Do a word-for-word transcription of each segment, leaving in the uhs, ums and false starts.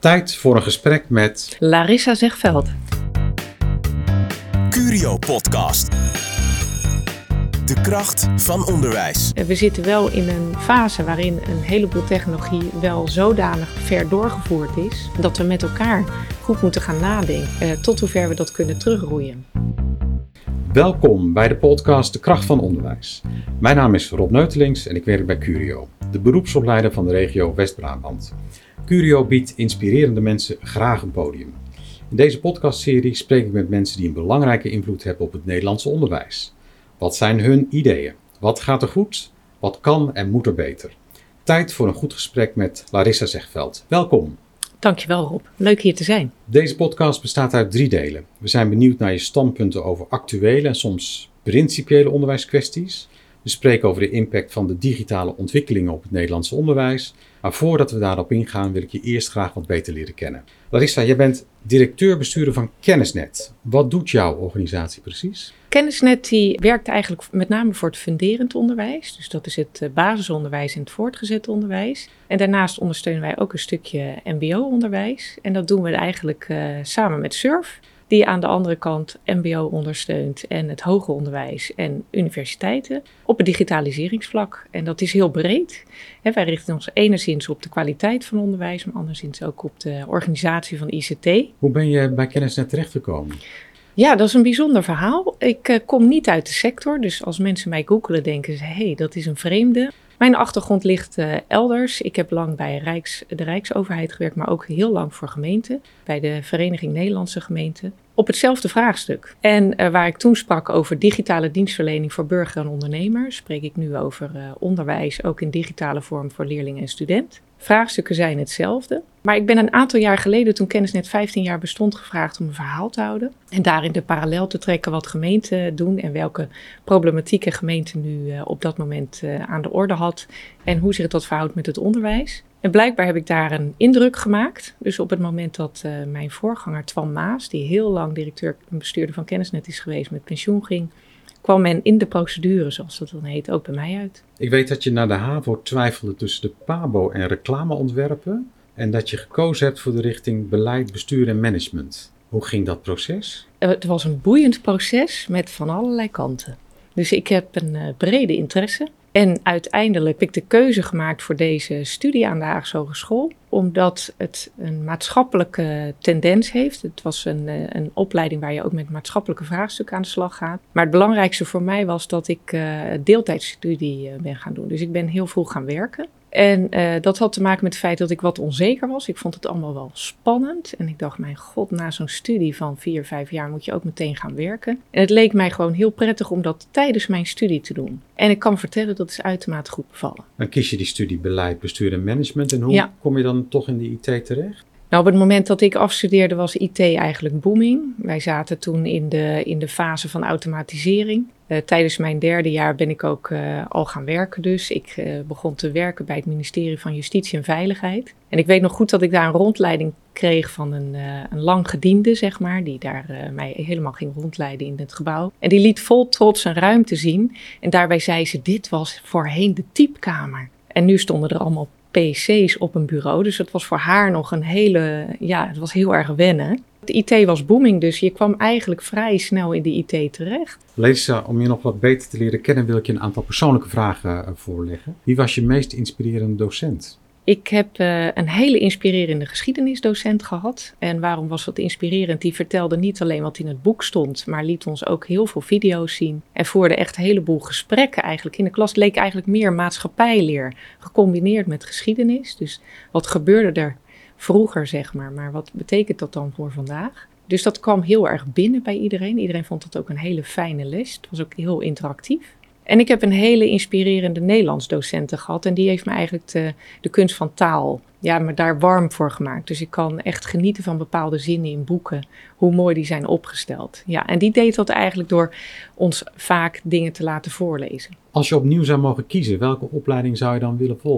Tijd voor een gesprek met Larissa Zegveld. Curio Podcast. De kracht van onderwijs. We zitten wel in een fase waarin een heleboel technologie wel zodanig ver doorgevoerd is, dat we met elkaar goed moeten gaan nadenken eh, tot hoever we dat kunnen terugroeien. Welkom bij de podcast De kracht van onderwijs. Mijn naam is Rob Neutelings en ik werk bij Curio, de beroepsopleider van de regio West-Brabant. Curio biedt inspirerende mensen graag een podium. In deze podcastserie spreek ik met mensen die een belangrijke invloed hebben op het Nederlandse onderwijs. Wat zijn hun ideeën? Wat gaat er goed? Wat kan en moet er beter? Tijd voor een goed gesprek met Larissa Zegveld. Welkom. Dankjewel Rob, leuk hier te zijn. Deze podcast bestaat uit drie delen. We zijn benieuwd naar je standpunten over actuele en soms principiële onderwijskwesties. We spreken over de impact van de digitale ontwikkelingen op het Nederlandse onderwijs. Maar voordat we daarop ingaan wil ik je eerst graag wat beter leren kennen. Larissa, jij bent directeur-bestuurder van Kennisnet. Wat doet jouw organisatie precies? Kennisnet die werkt eigenlijk met name voor het funderend onderwijs. Dus dat is het basisonderwijs en het voortgezet onderwijs. En daarnaast ondersteunen wij ook een stukje M B O-onderwijs. En dat doen we eigenlijk uh, samen met SURF, die aan de andere kant M B O ondersteunt en het hoger onderwijs en universiteiten op het digitaliseringsvlak. En dat is heel breed. He, wij richten ons enerzins op de kwaliteit van onderwijs, maar anderzins ook op de organisatie van I C T. Hoe ben je bij Kennisnet terechtgekomen? Ja, dat is een bijzonder verhaal. Ik uh, kom niet uit de sector, dus als mensen mij googelen denken ze, hé, hey, dat is een vreemde. Mijn achtergrond ligt uh, elders. Ik heb lang bij Rijks, de Rijksoverheid gewerkt, maar ook heel lang voor gemeenten. Bij de Vereniging Nederlandse Gemeenten. Op hetzelfde vraagstuk. En uh, waar ik toen sprak over digitale dienstverlening voor burger en ondernemer, spreek ik nu over uh, onderwijs, ook in digitale vorm voor leerling en student. Vraagstukken zijn hetzelfde. Maar ik ben een aantal jaar geleden, toen Kennisnet vijftien jaar bestond, gevraagd om een verhaal te houden. En daarin de parallel te trekken wat gemeenten doen en welke problematieken gemeenten nu uh, op dat moment uh, aan de orde had. En hoe zich dat verhoudt met het onderwijs. En blijkbaar heb ik daar een indruk gemaakt. Dus op het moment dat uh, mijn voorganger Twan Maas, die heel lang directeur en bestuurder van Kennisnet is geweest, met pensioen ging, kwam men in de procedure, zoals dat dan heet, ook bij mij uit. Ik weet dat je naar de HAVO twijfelde tussen de PABO en reclameontwerpen en dat je gekozen hebt voor de richting beleid, bestuur en management. Hoe ging dat proces? Het was een boeiend proces met van allerlei kanten. Dus ik heb een uh, brede interesse. En uiteindelijk heb ik de keuze gemaakt voor deze studie aan de Haagse Hogeschool, omdat het een maatschappelijke tendens heeft. Het was een, een opleiding waar je ook met maatschappelijke vraagstukken aan de slag gaat. Maar het belangrijkste voor mij was dat ik uh, deeltijdstudie uh, ben gaan doen. Dus ik ben heel vroeg gaan werken. En uh, dat had te maken met het feit dat ik wat onzeker was. Ik vond het allemaal wel spannend. En ik dacht, mijn god, na zo'n studie van vier, vijf jaar moet je ook meteen gaan werken. En het leek mij gewoon heel prettig om dat tijdens mijn studie te doen. En ik kan vertellen, dat is uitermate goed bevallen. Dan kies je die studie beleid, bestuur en management. En hoe ja. kom je dan toch in de I T terecht? Nou, op het moment dat ik afstudeerde was I T eigenlijk booming. Wij zaten toen in de, in de fase van automatisering. Uh, tijdens mijn derde jaar ben ik ook uh, al gaan werken dus. Ik uh, begon te werken bij het ministerie van Justitie en Veiligheid. En ik weet nog goed dat ik daar een rondleiding kreeg van een, uh, een lang gediende, zeg maar. Die daar uh, mij helemaal ging rondleiden in het gebouw. En die liet vol trots een ruimte zien. En daarbij zei ze, dit was voorheen de typekamer. En nu stonden er allemaal P C's op een bureau. Dus het was voor haar nog een hele, ja, het was heel erg wennen. De I T was booming, dus je kwam eigenlijk vrij snel in de I T terecht. Larissa, om je nog wat beter te leren kennen, wil ik je een aantal persoonlijke vragen voorleggen. Wie was je meest inspirerende docent? Ik heb uh, een hele inspirerende geschiedenisdocent gehad. En waarom was dat inspirerend? Die vertelde niet alleen wat in het boek stond, maar liet ons ook heel veel video's zien. En voerde echt een heleboel gesprekken eigenlijk in de klas. Het leek eigenlijk meer maatschappijleer, gecombineerd met geschiedenis. Dus wat gebeurde er vroeger, zeg maar. Maar wat betekent dat dan voor vandaag? Dus dat kwam heel erg binnen bij iedereen. Iedereen vond het ook een hele fijne les. Het was ook heel interactief. En ik heb een hele inspirerende Nederlands docenten gehad. En die heeft me eigenlijk de, de kunst van taal, ja, me daar warm voor gemaakt. Dus ik kan echt genieten van bepaalde zinnen in boeken, hoe mooi die zijn opgesteld. Ja, en die deed dat eigenlijk door ons vaak dingen te laten voorlezen. Als je opnieuw zou mogen kiezen, welke opleiding zou je dan willen volgen?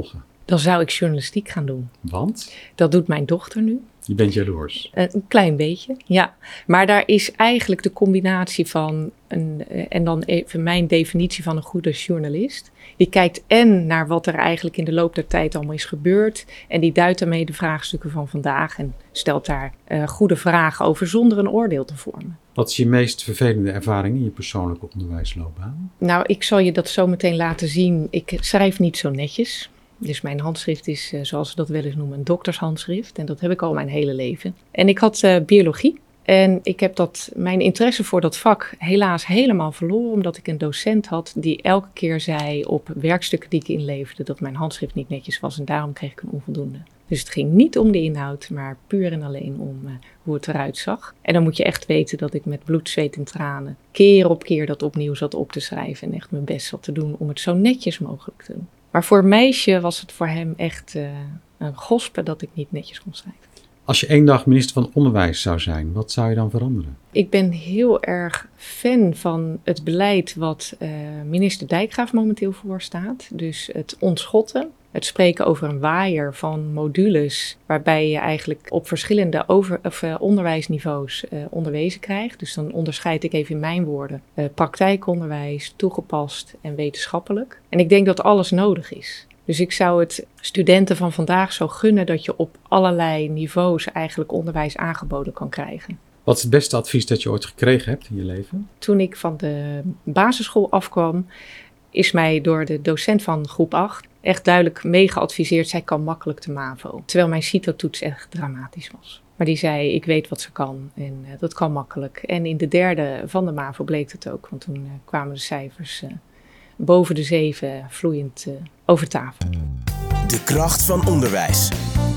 Dan zou ik journalistiek gaan doen. Want? Dat doet mijn dochter nu. Je bent jaloers. Uh, een klein beetje, ja. Maar daar is eigenlijk de combinatie van, een, uh, en dan even mijn definitie van een goede journalist. Die kijkt en naar wat er eigenlijk in de loop der tijd allemaal is gebeurd. En die duidt daarmee de vraagstukken van vandaag. En stelt daar uh, goede vragen over zonder een oordeel te vormen. Wat is je meest vervelende ervaring in je persoonlijke onderwijsloopbaan? Nou, ik zal je dat zo meteen laten zien. Ik schrijf niet zo netjes. Dus mijn handschrift is, uh, zoals we dat wel eens noemen, een doktershandschrift. En dat heb ik al mijn hele leven. En ik had uh, biologie. En ik heb dat, mijn interesse voor dat vak helaas helemaal verloren. Omdat ik een docent had die elke keer zei op werkstukken die ik inleverde dat mijn handschrift niet netjes was. En daarom kreeg ik een onvoldoende. Dus het ging niet om de inhoud, maar puur en alleen om uh, hoe het eruit zag. En dan moet je echt weten dat ik met bloed, zweet en tranen keer op keer dat opnieuw zat op te schrijven. En echt mijn best zat te doen om het zo netjes mogelijk te doen. Maar voor een meisje was het voor hem echt uh, een gospe dat ik niet netjes kon schrijven. Als je één dag minister van Onderwijs zou zijn, wat zou je dan veranderen? Ik ben heel erg fan van het beleid wat uh, minister Dijkgraaf momenteel voorstaat. Dus het ontschotten, het spreken over een waaier van modules waarbij je eigenlijk op verschillende over, of, uh, onderwijsniveaus uh, onderwezen krijgt. Dus dan onderscheid ik even in mijn woorden uh, praktijkonderwijs, toegepast en wetenschappelijk. En ik denk dat alles nodig is. Dus ik zou het studenten van vandaag zo gunnen dat je op allerlei niveaus eigenlijk onderwijs aangeboden kan krijgen. Wat is het beste advies dat je ooit gekregen hebt in je leven? Toen ik van de basisschool afkwam, is mij door de docent van groep acht echt duidelijk meegeadviseerd, zij kan makkelijk de MAVO. Terwijl mijn CITO-toets echt dramatisch was. Maar die zei, ik weet wat ze kan en uh, dat kan makkelijk. En in de derde van de MAVO bleek het ook, want toen uh, kwamen de cijfers uh, boven de zeven vloeiend uh, over tafel. De kracht van onderwijs.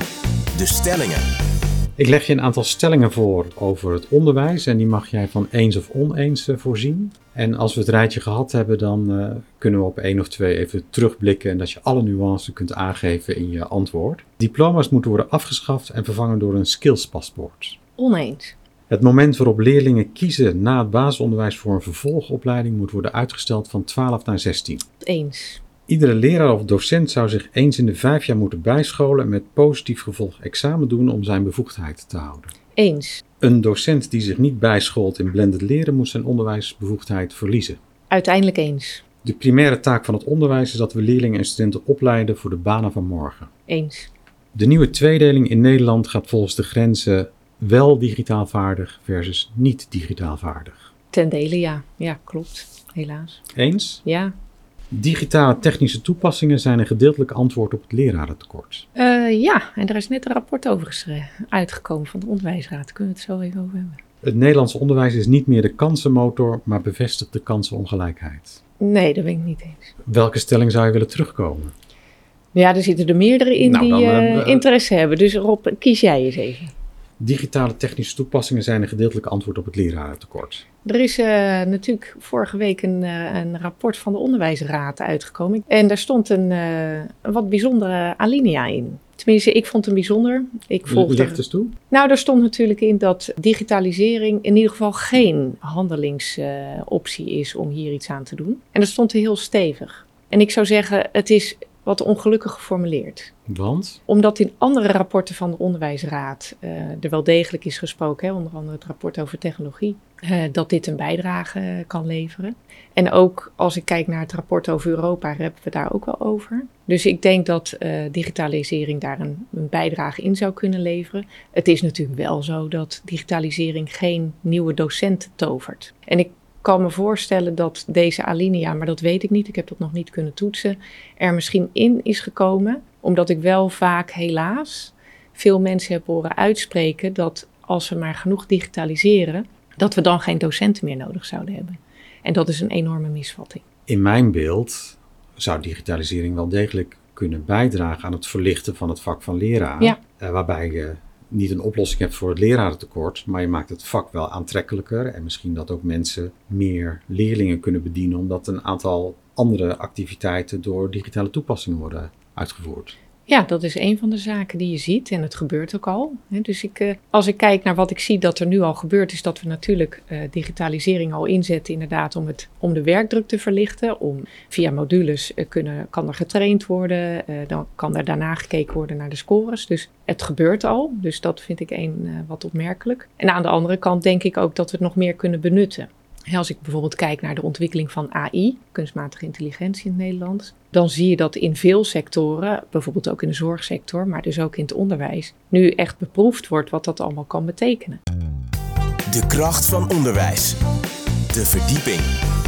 De stellingen. Ik leg je een aantal stellingen voor over het onderwijs en die mag jij van eens of oneens uh, voorzien. En als we het rijtje gehad hebben, dan uh, kunnen we op één of twee even terugblikken en dat je alle nuances kunt aangeven in je antwoord. Diploma's moeten worden afgeschaft en vervangen door een skillspaspoort. Oneens. Het moment waarop leerlingen kiezen na het basisonderwijs voor een vervolgopleiding moet worden uitgesteld van twaalf naar zestien. Eens. Iedere leraar of docent zou zich eens in de vijf jaar moeten bijscholen en met positief gevolg examen doen om zijn bevoegdheid te houden. Eens. Een docent die zich niet bijscholt in blended leren moet zijn onderwijsbevoegdheid verliezen. Uiteindelijk eens. De primaire taak van het onderwijs is dat we leerlingen en studenten opleiden voor de banen van morgen. Eens. De nieuwe tweedeling in Nederland gaat volgens de grenzen wel digitaal vaardig versus niet digitaal vaardig. Ten dele ja. Ja, klopt. Helaas. Eens? Ja. Digitale technische toepassingen zijn een gedeeltelijk antwoord op het lerarentekort. Uh, ja, en er is net een rapport over geschreven, uitgekomen van de onderwijsraad. Daar kunnen we het zo even over hebben. Het Nederlands onderwijs is niet meer de kansenmotor, maar bevestigt de kansenongelijkheid. Nee, dat ben ik niet eens. Welke stelling zou je willen terugkomen? Ja, er zitten er meerdere in nou, die dan, uh, uh, interesse hebben. Dus Rob, kies jij eens even. Digitale technische toepassingen zijn een gedeeltelijk antwoord op het lerarentekort. Er is uh, natuurlijk vorige week een, uh, een rapport van de onderwijsraad uitgekomen. En daar stond een, uh, een wat bijzondere alinea in. Tenminste, ik vond hem bijzonder. Ik volgde... Leg dus toe? Nou, daar stond natuurlijk in dat digitalisering in ieder geval geen handelingsoptie uh, is om hier iets aan te doen. En dat stond er heel stevig. En ik zou zeggen, het is wat ongelukkig geformuleerd. Want? Omdat in andere rapporten van de onderwijsraad uh, er wel degelijk is gesproken, hè, onder andere het rapport over technologie, uh, dat dit een bijdrage uh, kan leveren. En ook als ik kijk naar het rapport over Europa, hebben we daar ook wel over. Dus ik denk dat uh, digitalisering daar een, een bijdrage in zou kunnen leveren. Het is natuurlijk wel zo dat digitalisering geen nieuwe docenten tovert. En ik kan me voorstellen dat deze alinea, maar dat weet ik niet, ik heb dat nog niet kunnen toetsen, er misschien in is gekomen, omdat ik wel vaak helaas veel mensen heb horen uitspreken dat als we maar genoeg digitaliseren, dat we dan geen docenten meer nodig zouden hebben. En dat is een enorme misvatting. In mijn beeld zou digitalisering wel degelijk kunnen bijdragen aan het verlichten van het vak van leraar, ja. uh, waarbij je niet een oplossing hebt voor het lerarentekort, maar je maakt het vak wel aantrekkelijker en misschien dat ook mensen meer leerlingen kunnen bedienen, omdat een aantal andere activiteiten door digitale toepassingen worden uitgevoerd. Ja, dat is een van de zaken die je ziet en het gebeurt ook al. Dus ik, uh, als ik kijk naar wat ik zie dat er nu al gebeurt, is dat we natuurlijk uh, digitalisering al inzetten inderdaad om, het, om de werkdruk te verlichten. Om via modules uh, kunnen, kan er getraind worden, uh, dan kan er daarna gekeken worden naar de scores. Dus het gebeurt al, dus dat vind ik één uh, wat opmerkelijk. En aan de andere kant denk ik ook dat we het nog meer kunnen benutten. Als ik bijvoorbeeld kijk naar de ontwikkeling van A I, kunstmatige intelligentie in het Nederlands, dan zie je dat in veel sectoren, bijvoorbeeld ook in de zorgsector, maar dus ook in het onderwijs, nu echt beproefd wordt wat dat allemaal kan betekenen. De kracht van onderwijs. De verdieping.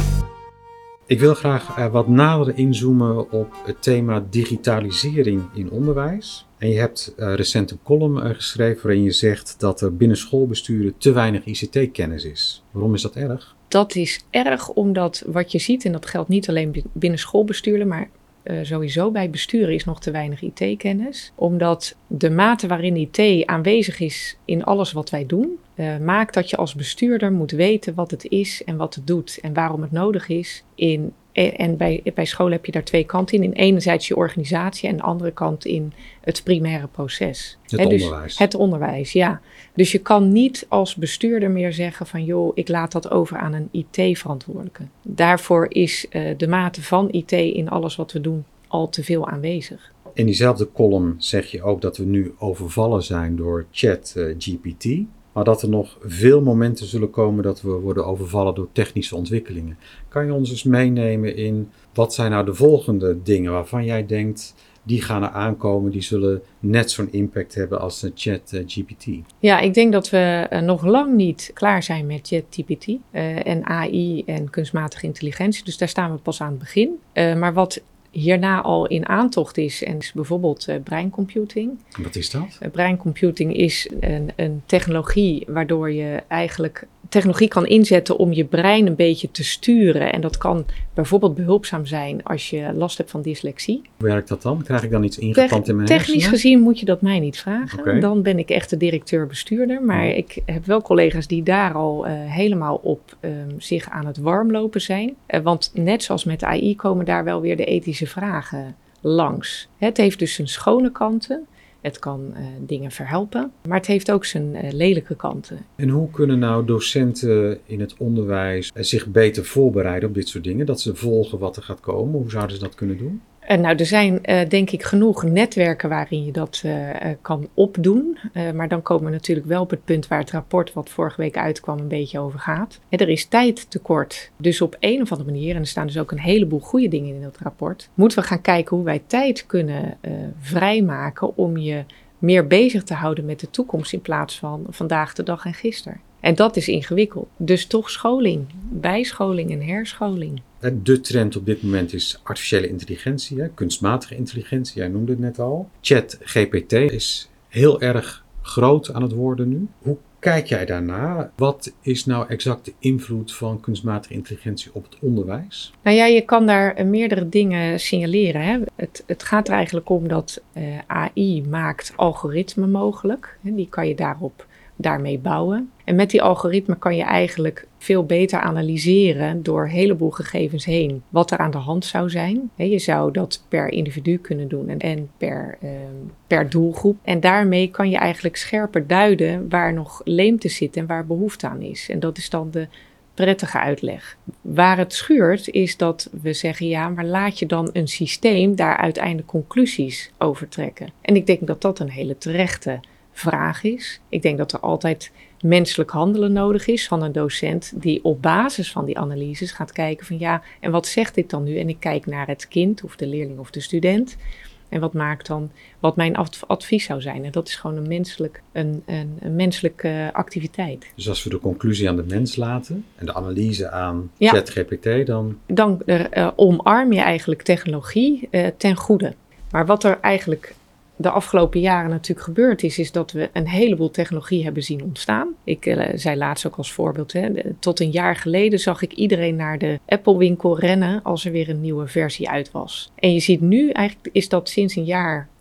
Ik wil graag uh, wat nader inzoomen op het thema digitalisering in onderwijs. En je hebt uh, recent een column uh, geschreven waarin je zegt dat er binnen schoolbesturen te weinig I C T-kennis is. Waarom is dat erg? Dat is erg omdat wat je ziet, en dat geldt niet alleen binnen schoolbesturen, maar uh, sowieso bij besturen is nog te weinig I T-kennis. Omdat de mate waarin I T aanwezig is in alles wat wij doen, uh, maakt dat je als bestuurder moet weten wat het is en wat het doet en waarom het nodig is. In, en bij, bij school heb je daar twee kanten in. In enerzijds je organisatie en de andere kant in het primaire proces. Het He, dus onderwijs. Het onderwijs, ja. Dus je kan niet als bestuurder meer zeggen van joh, ik laat dat over aan een I T-verantwoordelijke. Daarvoor is uh, de mate van I T in alles wat we doen al te veel aanwezig. In diezelfde column zeg je ook dat we nu overvallen zijn door Chat G P T. Maar dat er nog veel momenten zullen komen dat we worden overvallen door technische ontwikkelingen. Kan je ons eens meenemen in wat zijn nou de volgende dingen waarvan jij denkt, die gaan er aankomen, die zullen net zo'n impact hebben als Chat G P T? Ja, ik denk dat we uh, nog lang niet klaar zijn met Chat G P T uh, en A I en kunstmatige intelligentie. Dus daar staan we pas aan het begin. Uh, maar wat hierna al in aantocht is, en is bijvoorbeeld uh, breincomputing. Wat is dat? Uh, breincomputing is een, een technologie waardoor je eigenlijk technologie kan inzetten om je brein een beetje te sturen. En dat kan bijvoorbeeld behulpzaam zijn als je last hebt van dyslexie. Hoe werkt dat dan? Krijg ik dan iets ingeplant in mijn Technisch hersenen? gezien moet je dat mij niet vragen. Okay. Dan ben ik echt de directeur-bestuurder. Maar ja. ik heb wel collega's die daar al uh, helemaal op um, zich aan het warmlopen zijn. Uh, want net zoals met A I komen daar wel weer de ethische vragen langs. Het heeft dus zijn schone kanten. Het kan uh, dingen verhelpen, maar het heeft ook zijn uh, lelijke kanten. En hoe kunnen nou docenten in het onderwijs uh, zich beter voorbereiden op dit soort dingen? Dat ze volgen wat er gaat komen? Hoe zouden ze dat kunnen doen? Uh, nou, er zijn uh, denk ik genoeg netwerken waarin je dat uh, uh, kan opdoen. Uh, maar dan komen we natuurlijk wel op het punt waar het rapport wat vorige week uitkwam een beetje over gaat. En er is tijdtekort. Dus op een of andere manier, en er staan dus ook een heleboel goede dingen in dat rapport, moeten we gaan kijken hoe wij tijd kunnen uh, vrijmaken om je meer bezig te houden met de toekomst in plaats van vandaag de dag en gisteren. En dat is ingewikkeld. Dus toch scholing, bijscholing en herscholing. De trend op dit moment is artificiële intelligentie, hè? Kunstmatige intelligentie, jij noemde het net al. Chat G P T is heel erg groot aan het worden nu. Hoe kijk jij daarna? Wat is nou exact de invloed van kunstmatige intelligentie op het onderwijs? Nou ja, je kan daar meerdere dingen signaleren. Hè? Het, het gaat er eigenlijk om dat uh, A I maakt algoritmen mogelijk. Hè? Die kan je daarop daarmee bouwen. En met die algoritme kan je eigenlijk veel beter analyseren door een heleboel gegevens heen wat er aan de hand zou zijn. Je zou dat per individu kunnen doen en, en per, uh, per doelgroep. En daarmee kan je eigenlijk scherper duiden waar nog leemte zit en waar behoefte aan is. En dat is dan de prettige uitleg. Waar het schuurt is dat we zeggen, ja, maar laat je dan een systeem daar uiteindelijk conclusies over trekken. En ik denk dat dat een hele terechte vraag is. Ik denk dat er altijd menselijk handelen nodig is van een docent die op basis van die analyses gaat kijken van ja, en wat zegt dit dan nu? En ik kijk naar het kind of de leerling of de student. En wat maakt dan wat mijn advies zou zijn? En dat is gewoon een, menselijk, een, een, een menselijke activiteit. Dus als we de conclusie aan de mens laten en de analyse aan ja. Chat G P T, dan... Dan uh, omarm je eigenlijk technologie uh, ten goede. Maar wat er eigenlijk de afgelopen jaren natuurlijk gebeurd is, is dat we een heleboel technologie hebben zien ontstaan. Ik uh, zei laatst ook als voorbeeld, hè, de, tot een jaar geleden zag ik iedereen naar de Apple-winkel rennen als er weer een nieuwe versie uit was. En je ziet nu, eigenlijk is dat sinds een jaar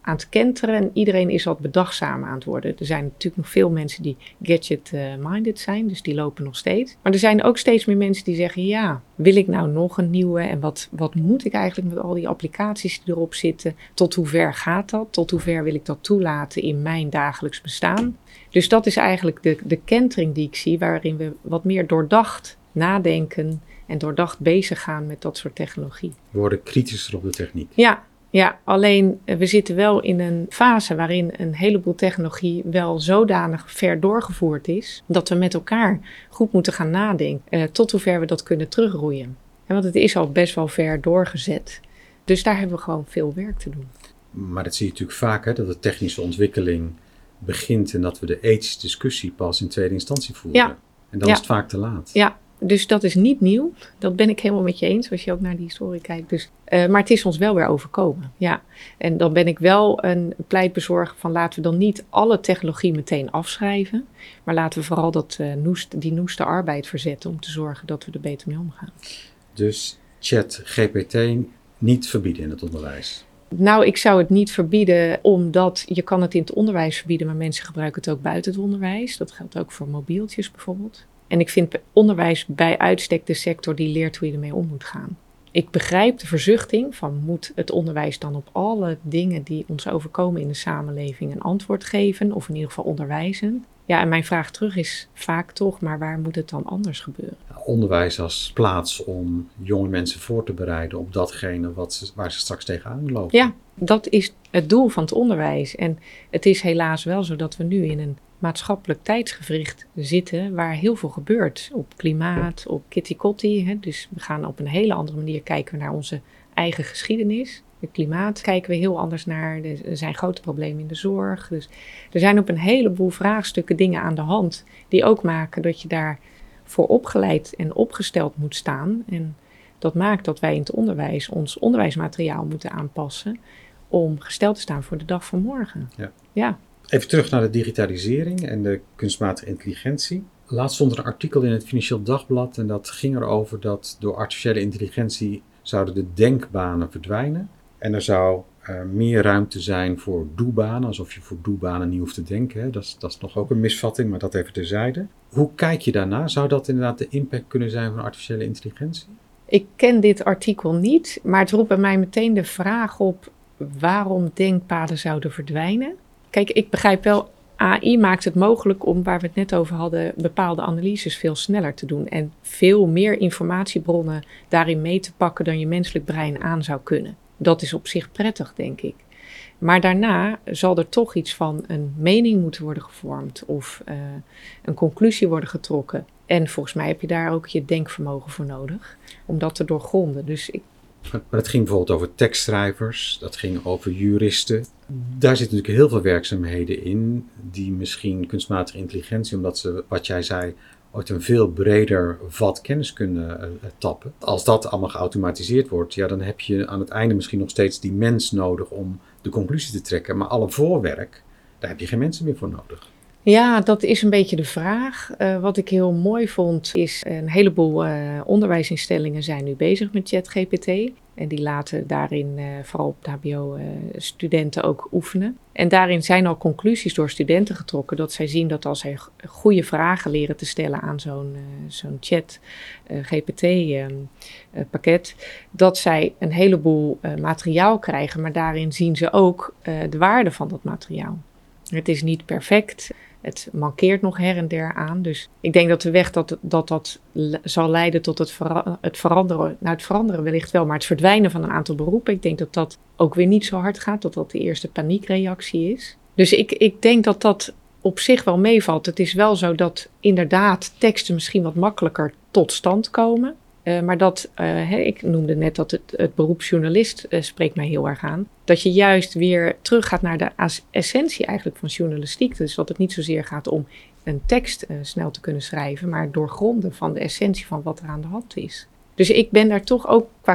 aan het kenteren en iedereen is wat bedachtzamer aan het worden. Er zijn natuurlijk nog veel mensen die gadget-minded zijn, dus die lopen nog steeds. Maar er zijn ook steeds meer mensen die zeggen, ja, wil ik nou nog een nieuwe en wat, wat moet ik eigenlijk met al die applicaties die erop zitten? Tot hoe ver gaat dat? Tot hoe ver wil ik dat toelaten in mijn dagelijks bestaan? Dus dat is eigenlijk de, de kentering die ik zie, waarin we wat meer doordacht nadenken en doordacht bezig gaan met dat soort technologie. We worden kritischer op de techniek. Ja, ja, alleen we zitten wel in een fase waarin een heleboel technologie wel zodanig ver doorgevoerd is, dat we met elkaar goed moeten gaan nadenken eh, tot hoever we dat kunnen terugroeien. En want het is al best wel ver doorgezet. Dus daar hebben we gewoon veel werk te doen. Maar dat zie je natuurlijk vaak, hè, dat de technische ontwikkeling begint en dat we de ethische discussie pas in tweede instantie voeren. Ja. En dan Ja. is het vaak te laat. Ja, dus dat is niet nieuw. Dat ben ik helemaal met je eens, als je ook naar die historie kijkt. Dus, uh, maar het is ons wel weer overkomen. Ja. En dan ben ik wel een pleitbezorger van laten we dan niet alle technologie meteen afschrijven. Maar laten we vooral dat, uh, noest, die noeste arbeid verzetten om te zorgen dat we er beter mee omgaan. Dus ChatGPT niet verbieden in het onderwijs. Nou, ik zou het niet verbieden, omdat je kan het in het onderwijs verbieden, maar mensen gebruiken het ook buiten het onderwijs. Dat geldt ook voor mobieltjes bijvoorbeeld. En ik vind onderwijs bij uitstek de sector die leert hoe je ermee om moet gaan. Ik begrijp de verzuchting van moet het onderwijs dan op alle dingen die ons overkomen in de samenleving een antwoord geven of in ieder geval onderwijzen. Ja, en mijn vraag terug is vaak toch, maar waar moet het dan anders gebeuren? Onderwijs als plaats om jonge mensen voor te bereiden op datgene wat ze, waar ze straks tegenaan lopen. Ja, dat is het doel van het onderwijs. En het is helaas wel zo dat we nu in een maatschappelijk tijdsgewricht zitten waar heel veel gebeurt. Op klimaat, op kitty-kotti. Hè. Dus we gaan op een hele andere manier kijken naar onze eigen geschiedenis. Het klimaat kijken we heel anders naar. Er zijn grote problemen in de zorg. Dus er zijn op een heleboel vraagstukken dingen aan de hand die ook maken dat je daarvoor opgeleid en opgesteld moet staan. En dat maakt dat wij in het onderwijs ons onderwijsmateriaal moeten aanpassen om gesteld te staan voor de dag van morgen. Ja. Ja. Even terug naar de digitalisering en de kunstmatige intelligentie. Laatst stond er een artikel in het Financieel Dagblad en dat ging erover dat door artificiële intelligentie zouden de denkbanen verdwijnen. En er zou uh, meer ruimte zijn voor doebanen, alsof je voor doebanen niet hoeft te denken. Hè. Dat is, dat is nog ook een misvatting, maar dat even terzijde. Hoe kijk je daarna? Zou dat inderdaad de impact kunnen zijn van artificiële intelligentie? Ik ken dit artikel niet, maar het roept bij mij meteen de vraag op waarom denkpaden zouden verdwijnen. Kijk, ik begrijp wel, A I maakt het mogelijk om, waar we het net over hadden, bepaalde analyses veel sneller te doen. En veel meer informatiebronnen daarin mee te pakken dan je menselijk brein aan zou kunnen. Dat is op zich prettig, denk ik. Maar daarna zal er toch iets van een mening moeten worden gevormd of uh, een conclusie worden getrokken. En volgens mij heb je daar ook je denkvermogen voor nodig om dat te doorgronden. Dus ik Maar het ging bijvoorbeeld over tekstschrijvers, dat ging over juristen. Daar zitten natuurlijk heel veel werkzaamheden in die misschien kunstmatige intelligentie, omdat ze, wat jij zei, ooit een veel breder vat kennis kunnen uh, tappen. Als dat allemaal geautomatiseerd wordt, ja, dan heb je aan het einde misschien nog steeds die mens nodig om de conclusie te trekken. Maar alle voorwerk, daar heb je geen mensen meer voor nodig. Ja, dat is een beetje de vraag. Uh, wat ik heel mooi vond is een heleboel uh, onderwijsinstellingen zijn nu bezig met ChatGPT. En die laten daarin uh, vooral op het H B O uh, studenten ook oefenen. En daarin zijn al conclusies door studenten getrokken dat zij zien dat als zij goede vragen leren te stellen aan zo'n, uh, zo'n chat uh, G P T uh, uh, pakket, dat zij een heleboel uh, materiaal krijgen, maar daarin zien ze ook uh, de waarde van dat materiaal. Het is niet perfect. Het mankeert nog her en der aan. Dus ik denk dat de weg dat dat, dat zal leiden tot het, vera- het veranderen. Nou, het veranderen wellicht wel, maar het verdwijnen van een aantal beroepen. Ik denk dat dat ook weer niet zo hard gaat. Dat dat de eerste paniekreactie is. Dus ik, ik denk dat dat op zich wel meevalt. Het is wel zo dat inderdaad teksten misschien wat makkelijker tot stand komen. Uh, maar dat, uh, hè, ik noemde net dat het, het beroep journalist uh, spreekt mij heel erg aan. Dat je juist weer teruggaat naar de as- essentie eigenlijk van journalistiek. Dus dat het niet zozeer gaat om een tekst uh, snel te kunnen schrijven, maar doorgronden van de essentie van wat er aan de hand is. Dus ik ben daar toch ook qua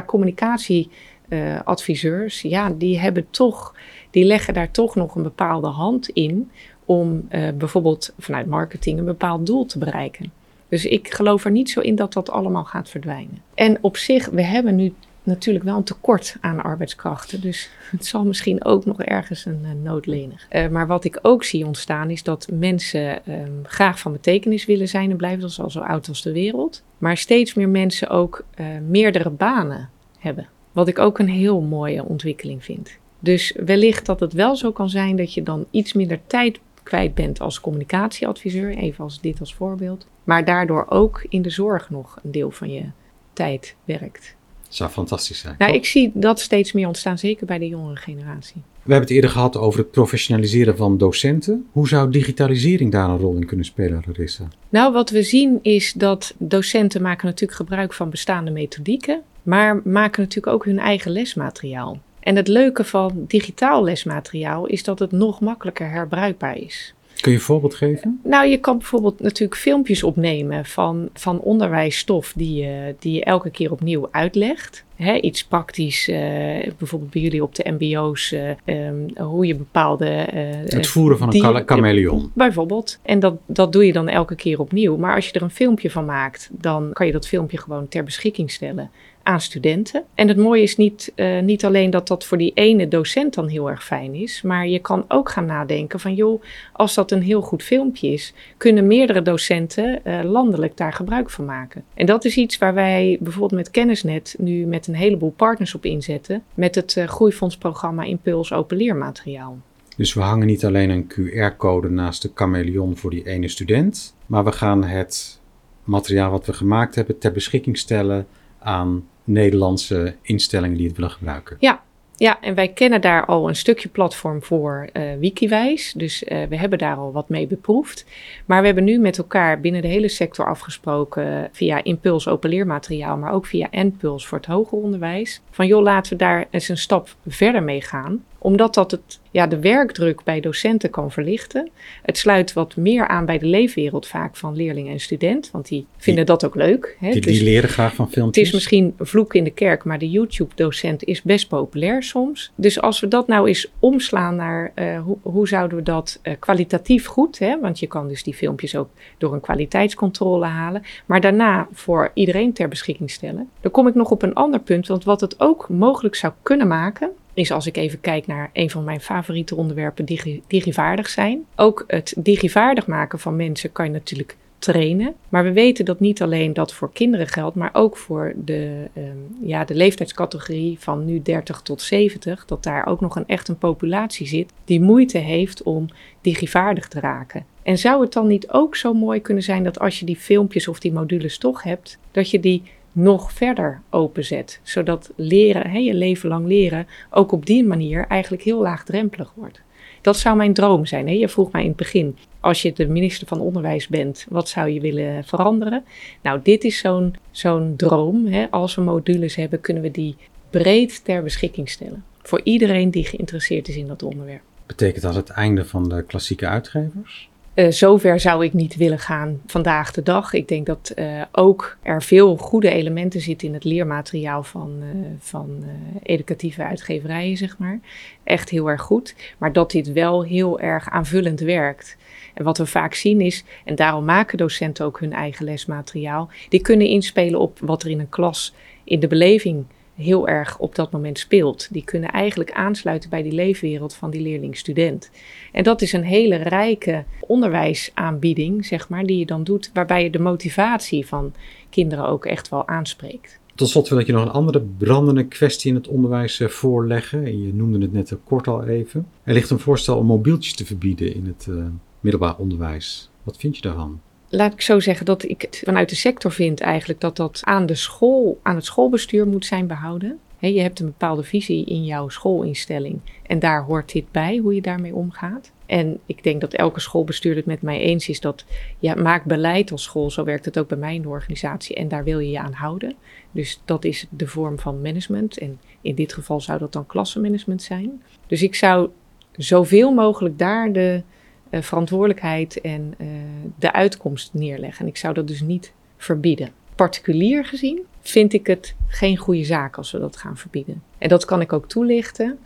communicatieadviseurs, uh, ja, die hebben toch, die leggen daar toch nog een bepaalde hand in om uh, bijvoorbeeld vanuit marketing een bepaald doel te bereiken. Dus ik geloof er niet zo in dat dat allemaal gaat verdwijnen. En op zich, we hebben nu natuurlijk wel een tekort aan arbeidskrachten. Dus het zal misschien ook nog ergens een uh, noodlenig. Uh, maar wat ik ook zie ontstaan is dat mensen um, graag van betekenis willen zijn en blijven. Dat is al zo oud als de wereld. Maar steeds meer mensen ook uh, meerdere banen hebben. Wat ik ook een heel mooie ontwikkeling vind. Dus wellicht dat het wel zo kan zijn dat je dan iets minder tijd kwijt bent als communicatieadviseur. Even als dit als voorbeeld. Maar daardoor ook in de zorg nog een deel van je tijd werkt. Dat zou fantastisch zijn. Nou, toch? ik zie dat steeds meer ontstaan, zeker bij de jongere generatie. We hebben het eerder gehad over het professionaliseren van docenten. Hoe zou digitalisering daar een rol in kunnen spelen, Larissa? Nou, wat we zien is dat docenten maken natuurlijk gebruik van bestaande methodieken, maar maken natuurlijk ook hun eigen lesmateriaal. En het leuke van digitaal lesmateriaal is dat het nog makkelijker herbruikbaar is. Kun je een voorbeeld geven? Nou, je kan bijvoorbeeld natuurlijk filmpjes opnemen van, van onderwijsstof die je, die je elke keer opnieuw uitlegt. He, iets praktisch, uh, bijvoorbeeld bij jullie op de mbo's, uh, um, hoe je bepaalde... Uh, het voeren van een chameleon. Bijvoorbeeld. En dat, dat doe je dan elke keer opnieuw. Maar als je er een filmpje van maakt, dan kan je dat filmpje gewoon ter beschikking stellen aan studenten. En het mooie is niet, uh, niet alleen dat dat voor die ene docent dan heel erg fijn is, maar je kan ook gaan nadenken van joh, als dat een heel goed filmpje is, kunnen meerdere docenten uh, landelijk daar gebruik van maken. En dat is iets waar wij bijvoorbeeld met Kennisnet nu met een heleboel partners op inzetten, met het uh, groeifondsprogramma Impuls Open Leermateriaal. Dus we hangen niet alleen een Q R-code naast de chameleon voor die ene student, maar we gaan het materiaal wat we gemaakt hebben ter beschikking stellen aan Nederlandse instellingen die het willen gebruiken. Ja, ja, en wij kennen daar al een stukje platform voor uh, Wikiwijs. Dus uh, we hebben daar al wat mee beproefd. Maar we hebben nu met elkaar binnen de hele sector afgesproken via Impuls Open Leermateriaal, maar ook via Enpuls voor het hoger onderwijs. Van joh, laten we daar eens een stap verder mee gaan. Omdat dat het, ja, de werkdruk bij docenten kan verlichten. Het sluit wat meer aan bij de leefwereld vaak van leerling en student. Want die vinden die, dat ook leuk. Hè? Die, die dus, leren graag van filmpjes. Het is misschien vloek in de kerk, maar de YouTube-docent is best populair soms. Dus als we dat nou eens omslaan naar uh, hoe, hoe zouden we dat uh, kwalitatief goed. Hè? Want je kan dus die filmpjes ook door een kwaliteitscontrole halen. Maar daarna voor iedereen ter beschikking stellen. Dan kom ik nog op een ander punt. Want wat het ook mogelijk zou kunnen maken, is als ik even kijk naar een van mijn favoriete onderwerpen, digi, digivaardig zijn. Ook het digivaardig maken van mensen kan je natuurlijk trainen. Maar we weten dat niet alleen dat voor kinderen geldt, maar ook voor de, um, ja, de leeftijdscategorie van nu dertig tot zeventig, dat daar ook nog een echt een populatie zit die moeite heeft om digivaardig te raken. En zou het dan niet ook zo mooi kunnen zijn dat als je die filmpjes of die modules toch hebt, dat je die nog verder openzet, zodat leren, hè, je leven lang leren, ook op die manier eigenlijk heel laagdrempelig wordt. Dat zou mijn droom zijn. Hè? Je vroeg mij in het begin, als je de minister van Onderwijs bent, wat zou je willen veranderen? Nou, dit is zo'n, zo'n droom. Hè? Als we modules hebben, kunnen we die breed ter beschikking stellen. Voor iedereen die geïnteresseerd is in dat onderwerp. Betekent dat het einde van de klassieke uitgevers? Uh, zover zou ik niet willen gaan vandaag de dag. Ik denk dat uh, ook er veel goede elementen zitten in het leermateriaal van, uh, van uh, educatieve uitgeverijen, zeg maar. Echt heel erg goed. Maar dat dit wel heel erg aanvullend werkt. En wat we vaak zien is, en daarom maken docenten ook hun eigen lesmateriaal, die kunnen inspelen op wat er in een klas in de beleving heel erg op dat moment speelt. Die kunnen eigenlijk aansluiten bij die leefwereld van die leerling-student. En dat is een hele rijke onderwijsaanbieding, zeg maar, die je dan doet, waarbij je de motivatie van kinderen ook echt wel aanspreekt. Tot slot wil ik je nog een andere brandende kwestie in het onderwijs uh, voorleggen. Je noemde het net kort al even. Er ligt een voorstel om mobieltjes te verbieden in het uh, middelbaar onderwijs. Wat vind je daarvan? Laat ik zo zeggen dat ik het vanuit de sector vind eigenlijk dat dat aan de school, aan het schoolbestuur moet zijn behouden. He, je hebt een bepaalde visie in jouw schoolinstelling en daar hoort dit bij, hoe je daarmee omgaat. En ik denk dat elke schoolbestuurder het met mij eens is dat ja, maak beleid als school, zo werkt het ook bij mij in de organisatie en daar wil je je aan houden. Dus dat is de vorm van management en in dit geval zou dat dan klassenmanagement zijn. Dus ik zou zoveel mogelijk daar de Uh, verantwoordelijkheid en uh, de uitkomst neerleggen. En ik zou dat dus niet verbieden. Particulier gezien vind ik het geen goede zaak als we dat gaan verbieden. En dat kan ik ook toelichten.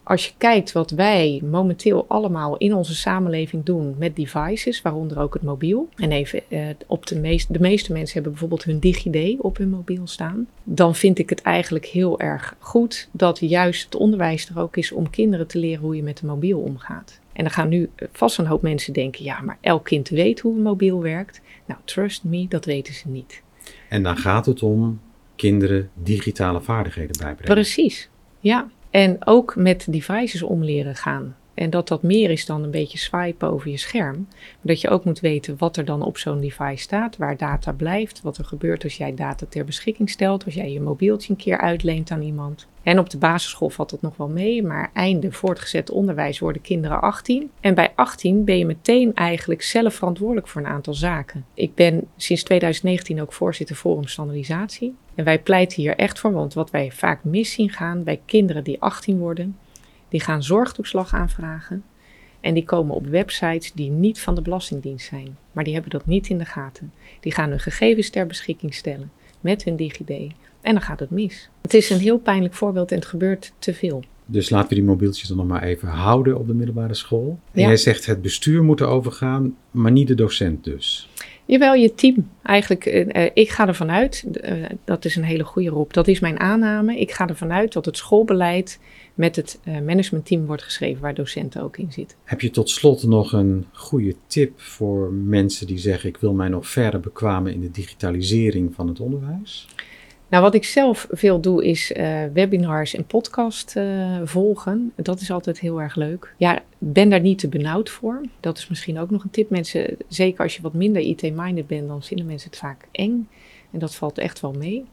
Als je kijkt wat wij momenteel allemaal in onze samenleving doen met devices, waaronder ook het mobiel. En even uh, op de meeste, de meeste mensen hebben bijvoorbeeld hun DigiD op hun mobiel staan. Dan vind ik het eigenlijk heel erg goed dat juist het onderwijs er ook is om kinderen te leren hoe je met de mobiel omgaat. En dan gaan nu vast een hoop mensen denken, ja, maar elk kind weet hoe een mobiel werkt. Nou, trust me, dat weten ze niet. En dan gaat het om kinderen digitale vaardigheden bijbrengen. Precies, ja. En ook met devices om leren gaan. En dat dat meer is dan een beetje swipen over je scherm. Maar dat je ook moet weten wat er dan op zo'n device staat, waar data blijft, wat er gebeurt als jij data ter beschikking stelt, als jij je mobieltje een keer uitleent aan iemand. En op de basisschool valt dat nog wel mee, maar einde voortgezet onderwijs worden kinderen achttien. En bij achttien ben je meteen eigenlijk zelf verantwoordelijk voor een aantal zaken. Ik ben sinds twintig negentien ook voorzitter Forum Standaardisatie. En wij pleiten hier echt voor, want wat wij vaak mis zien gaan bij kinderen die achttien worden, die gaan zorgtoeslag aanvragen en die komen op websites die niet van de Belastingdienst zijn. Maar die hebben dat niet in de gaten. Die gaan hun gegevens ter beschikking stellen met hun DigiD en dan gaat het mis. Het is een heel pijnlijk voorbeeld en het gebeurt te veel. Dus laten we die mobieltjes dan nog maar even houden op de middelbare school. En Ja. jij zegt het bestuur moet er overgaan, maar niet de docent dus. Jawel, je team. Eigenlijk, uh, ik ga ervan uit, uh, dat is een hele goede roep, dat is mijn aanname. Ik ga ervan uit dat het schoolbeleid met het uh, managementteam wordt geschreven, waar docenten ook in zitten. Heb je tot slot nog een goede tip voor mensen die zeggen, ik wil mij nog verder bekwamen in de digitalisering van het onderwijs? Nou, wat ik zelf veel doe is uh, webinars en podcast uh, volgen. Dat is altijd heel erg leuk. Ja, ben daar niet te benauwd voor. Dat is misschien ook nog een tip. Mensen, zeker als je wat minder I T-minded bent, dan vinden mensen het vaak eng. En dat valt echt wel mee.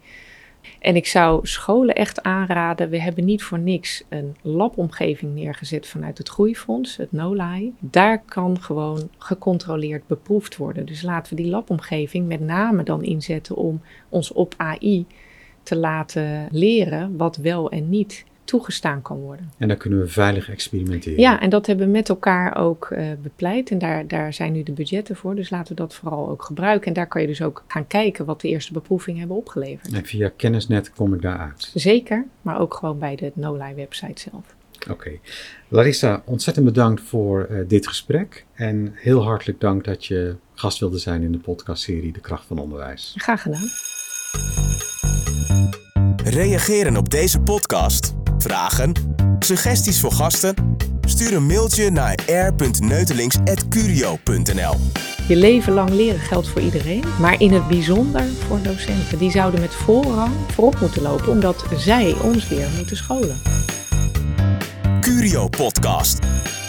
En ik zou scholen echt aanraden, we hebben niet voor niks een labomgeving neergezet vanuit het Groeifonds, het NOLAI. Daar kan gewoon gecontroleerd beproefd worden. Dus laten we die labomgeving met name dan inzetten om ons op A I te laten leren wat wel en niet toegestaan kan worden. En dan kunnen we veilig experimenteren. Ja, en dat hebben we met elkaar ook uh, bepleit. En daar, daar zijn nu de budgetten voor. Dus laten we dat vooral ook gebruiken. En daar kan je dus ook gaan kijken wat de eerste beproevingen hebben opgeleverd. En via Kennisnet kom ik daar uit. Zeker, maar ook gewoon bij de NOLAI-website zelf. Oké. Okay. Larissa, ontzettend bedankt voor uh, dit gesprek. En heel hartelijk dank dat je gast wilde zijn in de podcastserie De Kracht van Onderwijs. Graag gedaan. Reageren op deze podcast? Vragen? Suggesties voor gasten? Stuur een mailtje naar r punt neutelings apenstaartje curio punt n l. Je leven lang leren geldt voor iedereen, maar in het bijzonder voor docenten. Die zouden met voorrang voorop moeten lopen, omdat zij ons weer moeten scholen. Curio Podcast.